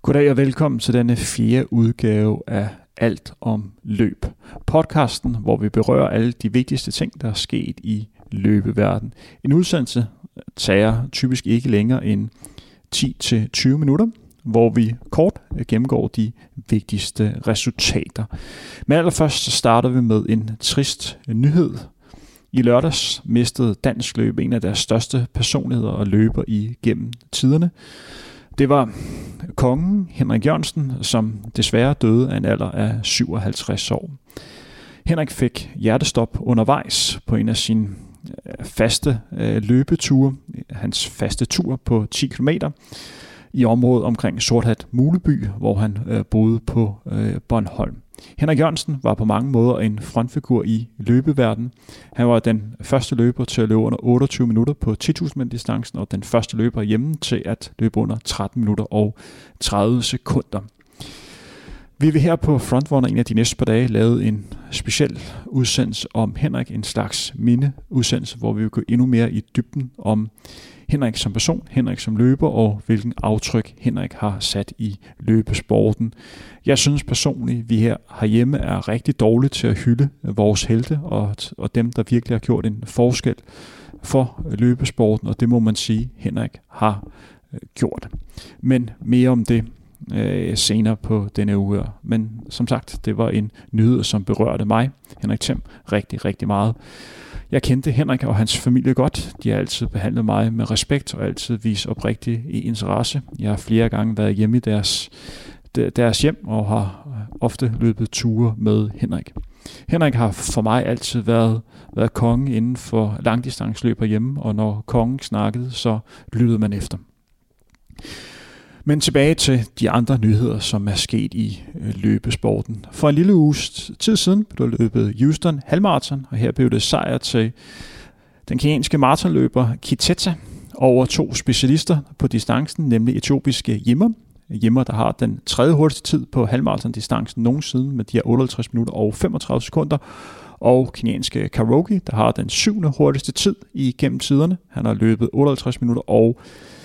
Goddag og velkommen til denne 4. udgave af Alt om løb. Podcasten, hvor vi berører alle de vigtigste ting, der er sket i løbeverdenen. En udsendelse tager typisk ikke længere end 10-20 minutter, hvor vi kort gennemgår de vigtigste resultater. Men allerførst så starter vi med en trist nyhed. I lørdags mistede dansk løb en af deres største personligheder og løber igennem tiderne. Det var kongen Henrik Jørgensen, som desværre døde af en alder af 57 år. Henrik fik hjertestop undervejs på en af sine faste løbeture, hans faste tur på 10 km i området omkring Sorthat Muleby, hvor han boede på Bornholm. Henrik Jørgensen var på mange måder en frontfigur i løbeverdenen. Han var den første løber til at løbe under 28 minutter på 10.000 meter distancen, og den første løber hjemme til at løbe under 13 minutter og 30 sekunder. Vi vil her på Frontrunner en af de næste par dage lave en speciel udsendelse om Henrik, en slags mindeudsendelse, hvor vi vil gå endnu mere i dybden om Henrik som person, Henrik som løber og hvilken aftryk Henrik har sat i løbesporten. Jeg synes personligt, vi her herhjemme er rigtig dårlige til at hylde vores helte og dem, der virkelig har gjort en forskel for løbesporten, og det må man sige, Henrik har gjort. Men mere om det senere på denne uge. Men som sagt, det var en nyhed, som berørte mig, Henrik Thiem, rigtig, rigtig meget. Jeg kendte Henrik og hans familie godt. De har altid behandlet mig med respekt og altid vist oprigtig interesse. Jeg har flere gange været hjemme i deres hjem og har ofte løbet ture med Henrik. Henrik har for mig altid været kongen inden for langdistanceløb hjemme, og når kongen snakkede, så lyttede man efter. Men tilbage til de andre nyheder, som er sket i løbesporten. For en lille uges tid siden blev der løbet Houston halvmarathon, og her blev det sejr til den kenyanske maratonløber Kiteta over 2 specialister på distancen, nemlig etiopiske Yimmer. Yimmer, der har den 3. hurtigste tid på halvmarathon-distancen nogensinde med de her 58 minutter og 35 sekunder, og kenyanske Karogi, der har den 7. hurtigste tid igennem tiderne. Han har løbet 58 minutter og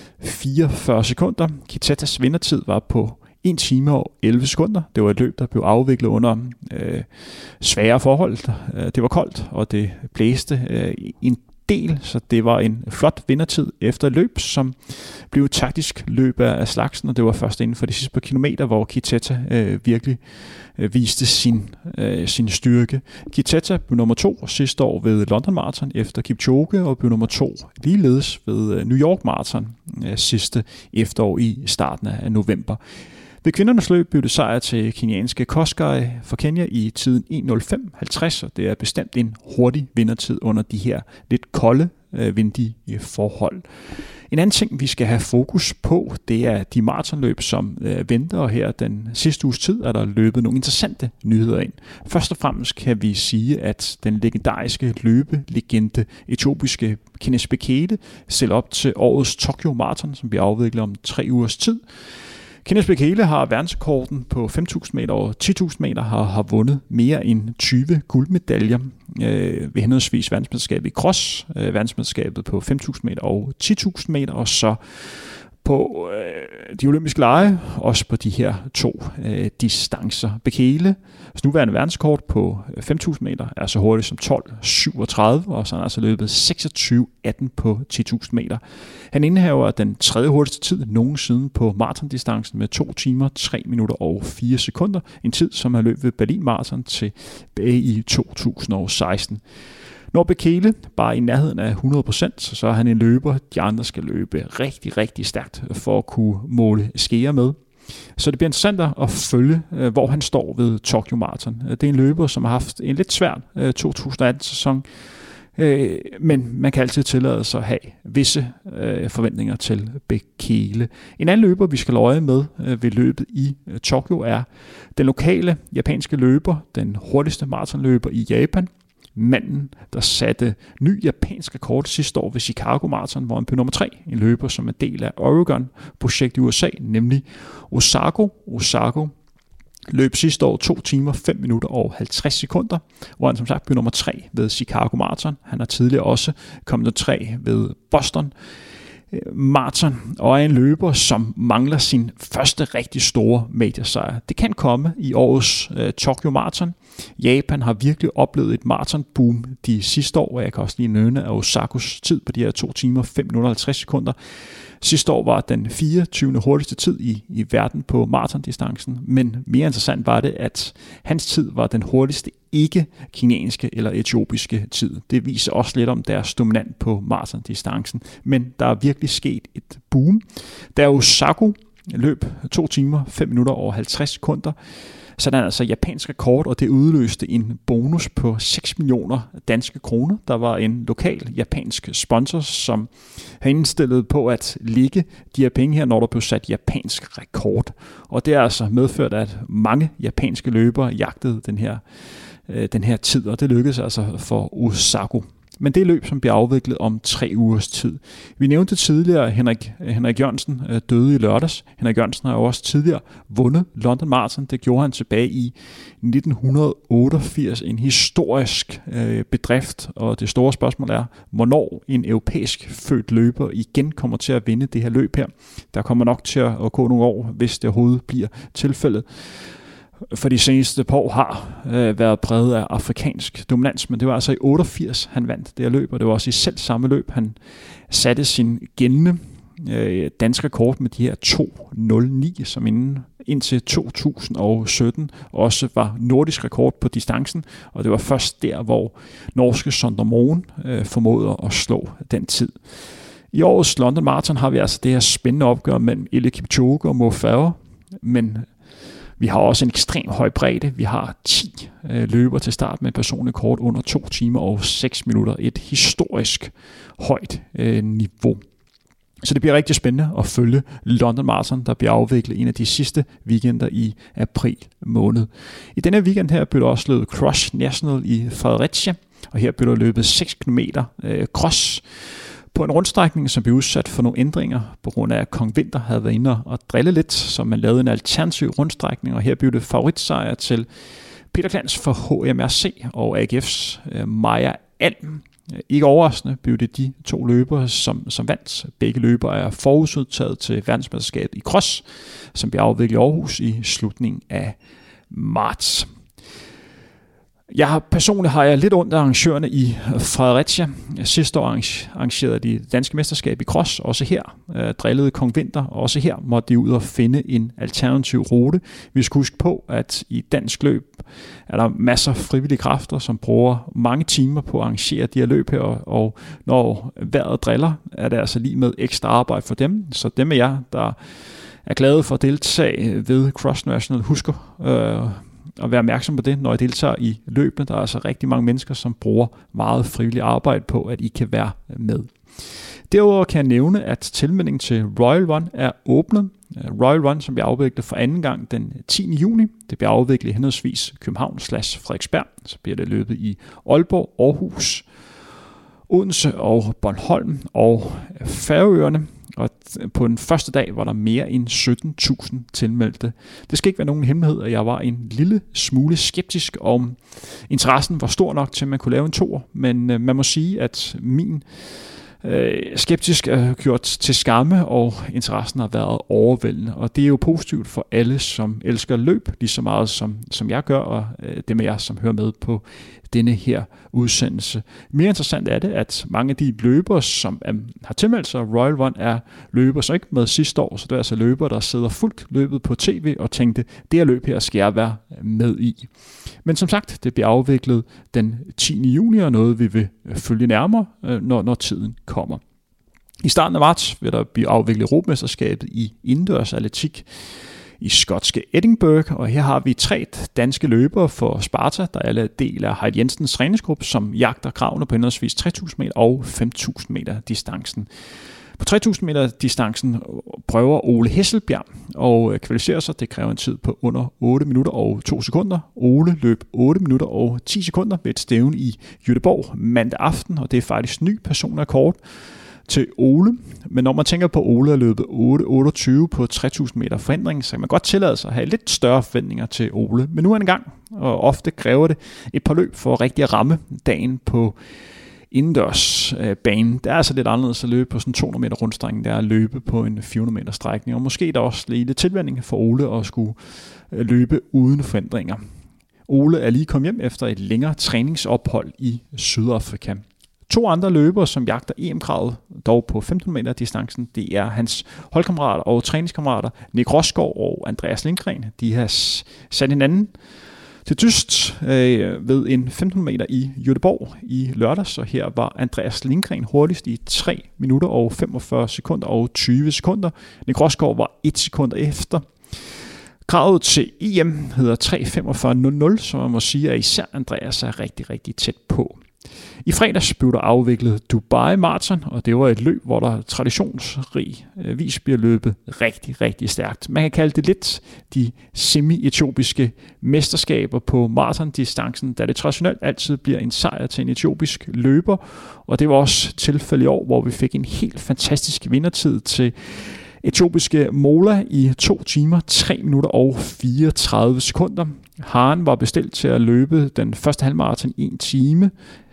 44 sekunder. Kitetas vindertid var på 1 time og 11 sekunder. Det var et løb, der blev afviklet under svære forhold. Det var koldt, og det blæste en del, så det var en flot vindertid efter løb, som blev et taktisk løb af slagsen, og det var først inden for de sidste par kilometer, hvor Kiteta virkelig viste sin styrke. Kiteta blev nummer 2 sidste år ved London Marathon efter Kipchoge, og blev nummer 2 ligeledes ved New York Marathon sidste efterår i starten af november. Ved kvindernes løb blev det sejr til kenyanske Kosgei for Kenya i tiden 1:05:50, og det er bestemt en hurtig vindertid under de her lidt kolde, vindige forhold. En anden ting, vi skal have fokus på, det er de maratonløb, som venter, og her den sidste uges tid er der løbet nogle interessante nyheder ind. Først og fremmest kan vi sige, at den legendariske løbelegende etiopiske Kenneth Bekele stiller op til årets Tokyo Marathon, som bliver afviklet om 3 ugers tid. Kenneth Bekele har verdensrekorden på 5.000 meter og 10.000 meter, har vundet mere end 20 guldmedaljer ved henholdsvis verdensmesterskabet i cross, verdensmesterskabet på 5.000 meter og 10.000 meter, og så på de olympiske lege, også på de her 2 distancer. Bekele, nuværende verdenskort på 5.000 meter, er så hurtigt som 12:37, og så har han altså løbet 26:18 på 10.000 meter. Han indehaver den 3. hurtigste tid nogensinde på maratondistancen med 2 timer, 3 minutter og 4 sekunder. En tid, som har løbet ved Berlin Marathon tilbage i 2016. Når Bekele bare i nærheden af 100%, så er han en løber, de andre skal løbe rigtig, rigtig stærkt for at kunne måle skeer med. Så det bliver interessant at følge, hvor han står ved Tokyo Marathon. Det er en løber, som har haft en lidt svær 2018-sæson, men man kan altid tillade sig at have visse forventninger til Bekele. En anden løber, vi skal øje med ved løbet i Tokyo, er den lokale japanske løber, den hurtigste maratonløber i Japan. Manden, der satte ny japansk rekord sidste år ved Chicago Marathon, hvor han blev nummer 3. En løber, som er del af Oregon-projekt i USA, nemlig Osago. Løb sidste år 2 timer, 5 minutter og 50 sekunder, hvor han som sagt blev nummer 3 ved Chicago Marathon. Han har tidligere også kommet nummer 3 ved Boston maraton og er en løber, som mangler sin første rigtig store major-sejr. Det kan komme i årets Tokyo Marathon. Japan har virkelig oplevet et maratonboom de sidste år, og jeg kan også lige nævne af Osakos tid på de her 2 timer 5 minutter og 50 sekunder. Sidste år var den 24. hurtigste tid i verden på maratondistancen, men mere interessant var det, at hans tid var den hurtigste ikke-kinesiske eller etiopiske tid. Det viser også lidt om deres dominant på maratondistancen, men der er virkelig sket et boom. Da Osako løb 2 timer 5 minutter og 50 sekunder, så er der altså japansk rekord, og det udløste en bonus på 6 millioner danske kroner. Der var en lokal japansk sponsor, som har indstillet på at lægge de her penge her, når der blev sat japansk rekord. Og det er altså medført, at mange japanske løbere jagtede den her tid, og det lykkedes altså for Osako. Men det er løb, som bliver afviklet om 3 ugers tid. Vi nævnte tidligere, Henrik Jørgensen døde i lørdags. Henrik Jørgensen har jo også tidligere vundet London Marathon. Det gjorde han tilbage i 1988. En historisk bedrift, og det store spørgsmål er, hvornår en europæisk født løber igen kommer til at vinde det her løb her. Der kommer nok til at gå nogle år, hvis det overhovedet bliver tilfældet. For de seneste par år har været præget af afrikansk dominans, men det var altså i 88, han vandt det her løb, og det var også i selv samme løb, han satte sin gældende dansk rekord med de her 2.09, som indtil 2017 også var nordisk rekord på distancen, og det var først der, hvor norske Sondre Moen formåede at slå den tid. I årets London Marathon har vi altså det her spændende opgør mellem Eliud Kipchoge og Mo Farah, men vi har også en ekstrem høj bredde. Vi har 10 løber til start med personlig kort under 2 timer og 6 minutter. Et historisk højt niveau. Så det bliver rigtig spændende at følge London Marathon, der bliver afviklet en af de sidste weekender i april måned. I denne weekend her blev der også løbet Cross National i Fredericia, og her blev der løbet 6 km cross på en rundstrækning, som blev udsat for nogle ændringer, på grund af at Kong Vinter havde været inde og drille lidt, så man lavede en alternativ rundstrækning, og her blev det favoritsejr til Peter Glans for HMRC og AGF's Maja Alm. Ikke overraskende blev det de 2 løbere, som vandt. Begge løbere er forudtaget til verdensmesterskabet i cross, som bliver afviklet i Aarhus i slutningen af marts. Personligt har jeg lidt ondt af arrangørerne i Fredericia. Sidste år arrangerede de danske mesterskab i cross, også her drillede Kong Vinter, og også her måtte de ud og finde en alternativ rute. Vi skal huske på, at i dansk løb er der masser af frivillige kræfter, som bruger mange timer på at arrangere de her løb her, og når vejret driller, er det altså lige med ekstra arbejde for dem. Så dem af jer, der er glade for at deltage ved Cross National, husker at være opmærksom på det, når I deltager i løbene. Der er altså rigtig mange mennesker, som bruger meget frivillig arbejde på, at I kan være med. Derudover kan jeg nævne, at tilmeldingen til Royal Run er åbnet. Royal Run, som bliver afviklet for anden gang den 10. juni. Det bliver afviklet i henholdsvis København/Frederiksberg. Så bliver det løbet i Aalborg, Aarhus, Odense og Bornholm og Færøerne. Og på den første dag var der mere end 17.000 tilmeldte. Det skal ikke være nogen hemmelighed, at jeg var en lille smule skeptisk om interessen var stor nok til, at man kunne lave en toer. Men man må sige, at min skeptisk er gjort til skamme, og interessen har været overvældende. Og det er jo positivt for alle, som elsker løb, lige så meget som jeg gør, og dem af jer, som hører med på denne her udsendelse. Mere interessant er det, at mange af de løbere, som har tilmeldt sig Royal Run, er løbere, som ikke med sidste år, så det er altså løbere, der sidder fuldt løbet på tv og tænkte, det her løb her skal jeg være med i. Men som sagt, det bliver afviklet den 10. juni, og noget vi vil følge nærmere, når tiden kommer. I starten af marts vil der blive afviklet Europamesterskabet i indendørs atletik i skotske Edinburgh, og her har vi 3 danske løbere for Sparta, der er alle del af Heidi Jensens træningsgruppe, som jagter kravene på henholdsvis 3.000 meter og 5.000 meter distancen. På 3.000 meter distancen prøver Ole Hesselbjerg og kvalificerer sig. Det kræver en tid på under 8 minutter og 2 sekunder. Ole løb 8 minutter og 10 sekunder ved et stævne i Göteborg mandag aften, og det er faktisk ny personrekord til Ole. Men når man tænker på, Ole har løbet 8.28 på 3.000 meter forhindring, så kan man godt tillade sig at have lidt større forventninger til Ole. Men nu er en gang, og ofte kræver det et par løb for at rigtig ramme dagen på indendørs bane. Det er altså lidt anderledes at løbe på sådan 200 meter rundstrækning, der er at løbe på en 400 meter strækning. Og måske der også lidt tilvænning for Ole at skulle løbe uden forandringer. Ole er lige kommet hjem efter et længere træningsophold i Sydafrika. 2 andre løbere, som jagter EM-kravet, dog på 15 meter distancen, det er hans holdkammerater og træningskammerater, Nick Rosgaard og Andreas Lindgren. De har sat hinanden til dyst ved en 15 meter i Göteborg i lørdags, og her var Andreas Lindgren hurtigst i 3 minutter og 45 sekunder og 20 sekunder. Nick Rosgaard var 1 sekund efter. Kravet til EM hedder 3:45.00, så man må sige, at især Andreas er rigtig, rigtig tæt på. I fredags blev der afviklet Dubai Marathon, og det var et løb, hvor der traditionsvis bliver løbet rigtig, rigtig stærkt. Man kan kalde det lidt de semi-etiopiske mesterskaber på maratondistancen, da det traditionelt altid bliver en sejr til en etiopisk løber, og det var også tilfældet i år, hvor vi fik en helt fantastisk vindertid til etiopiske Mola i 2 timer, 3 minutter og 34 sekunder. Haren var bestilt til at løbe den første halvmarathon i 1 time,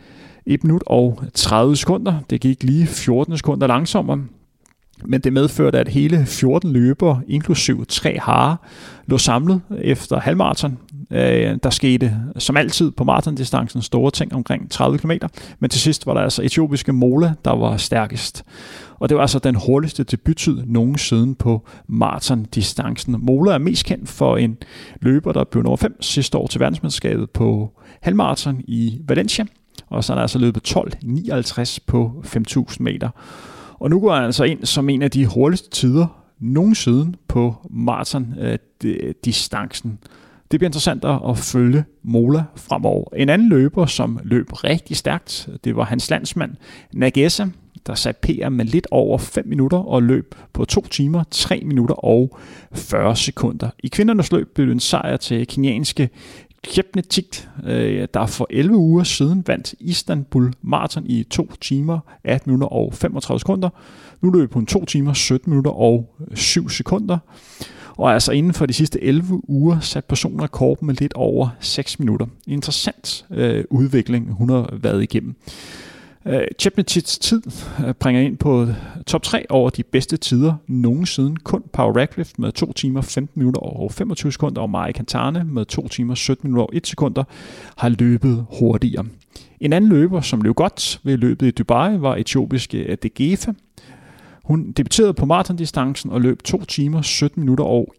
1 minut og 30 sekunder. Det gik lige 14 sekunder langsommere, men det medførte, at hele 14 løbere, inklusiv 3 harer, lå samlet efter halvmarathon. Der skete som altid på maratondistancen store ting omkring 30 km, men til sidst var der altså etiopiske Mola, der var stærkest. Og det var altså den hurtigste debuttid nogensinde på maratondistancen. Mola er mest kendt for en løber, der blev nummer 5 sidste år til verdensmesterskabet på halvmaraton i Valencia, og så er der altså løbet 12:59 på 5.000 meter. Og nu går han altså ind som en af de hurtigste tider nogensinde på maratondistancen. Det bliver interessant at følge Mola fremover. En anden løber, som løb rigtig stærkt, det var hans landsmand Nagesa, der satte PR med lidt over 5 minutter og løb på 2 timer, 3 minutter og 40 sekunder. I kvindernes løb blev det en sejr til kenyanske Chepngetich, der for 11 uger siden vandt Istanbul Marathon i 2 timer, 18 minutter og 35 sekunder. Nu løb hun 2 timer, 17 minutter og 7 sekunder. Og altså inden for de sidste 11 uger sat personrekorden med lidt over 6 minutter. Interessant udvikling, hun har været igennem. Chepngetich tid bringer ind på top 3 over de bedste tider nogensinde. Kun Power Radcliffe med 2 timer, 15 minutter og 25 sekunder, og Mari Kantane med 2 timer, 17 minutter og 1 sekunder har løbet hurtigere. En anden løber, som løb godt ved løbet i Dubai, var etiopiske Degefe. Hun debuterede på maratondistancen og løb 2 timer, 17 minutter og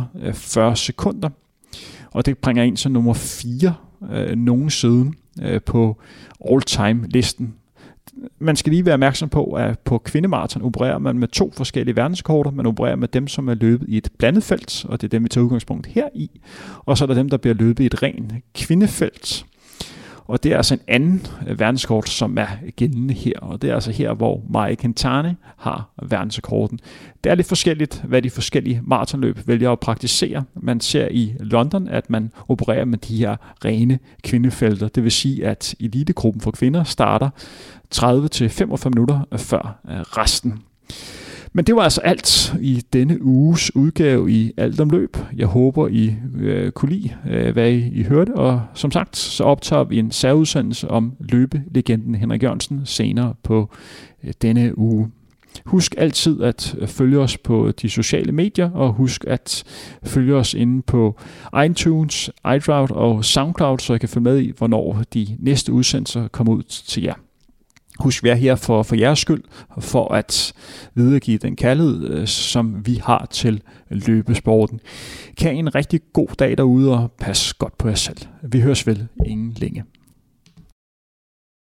41 sekunder. Og det bringer ind som nummer 4 nogensinde på all-time-listen. Man skal lige være opmærksom på, at på kvindemaraton opererer man med 2 forskellige verdensrekorder. Man opererer med dem, som er løbet i et blandet felt, og det er dem, vi tager udgangspunkt her i. Og så er der dem, der bliver løbet i et rent kvindefelt. Og det er altså en anden verdensrekord, som er gældende her. Og det er altså her, hvor Mari Kantane har verdensrekorden. Det er lidt forskelligt, hvad de forskellige maratonløb vælger at praktisere. Man ser i London, at man opererer med de her rene kvindefelter. Det vil sige, at elitegruppen for kvinder starter 30-45 minutter før resten. Men det var altså alt i denne uges udgave i Alt om løb. Jeg håber, I kunne lide, hvad I hørte. Og som sagt, så optager vi en særudsendelse om løbelegenden Henrik Jørgensen senere på denne uge. Husk altid at følge os på de sociale medier, og husk at følge os inde på iTunes, iDrive og SoundCloud, så I kan følge med i, hvornår de næste udsendelser kommer ud til jer. Husk, vi er her for jeres skyld, for at videregive den kærlighed, som vi har til løbesporten. Kan I en rigtig god dag derude, og pas godt på jer selv. Vi høres vel ingen længe.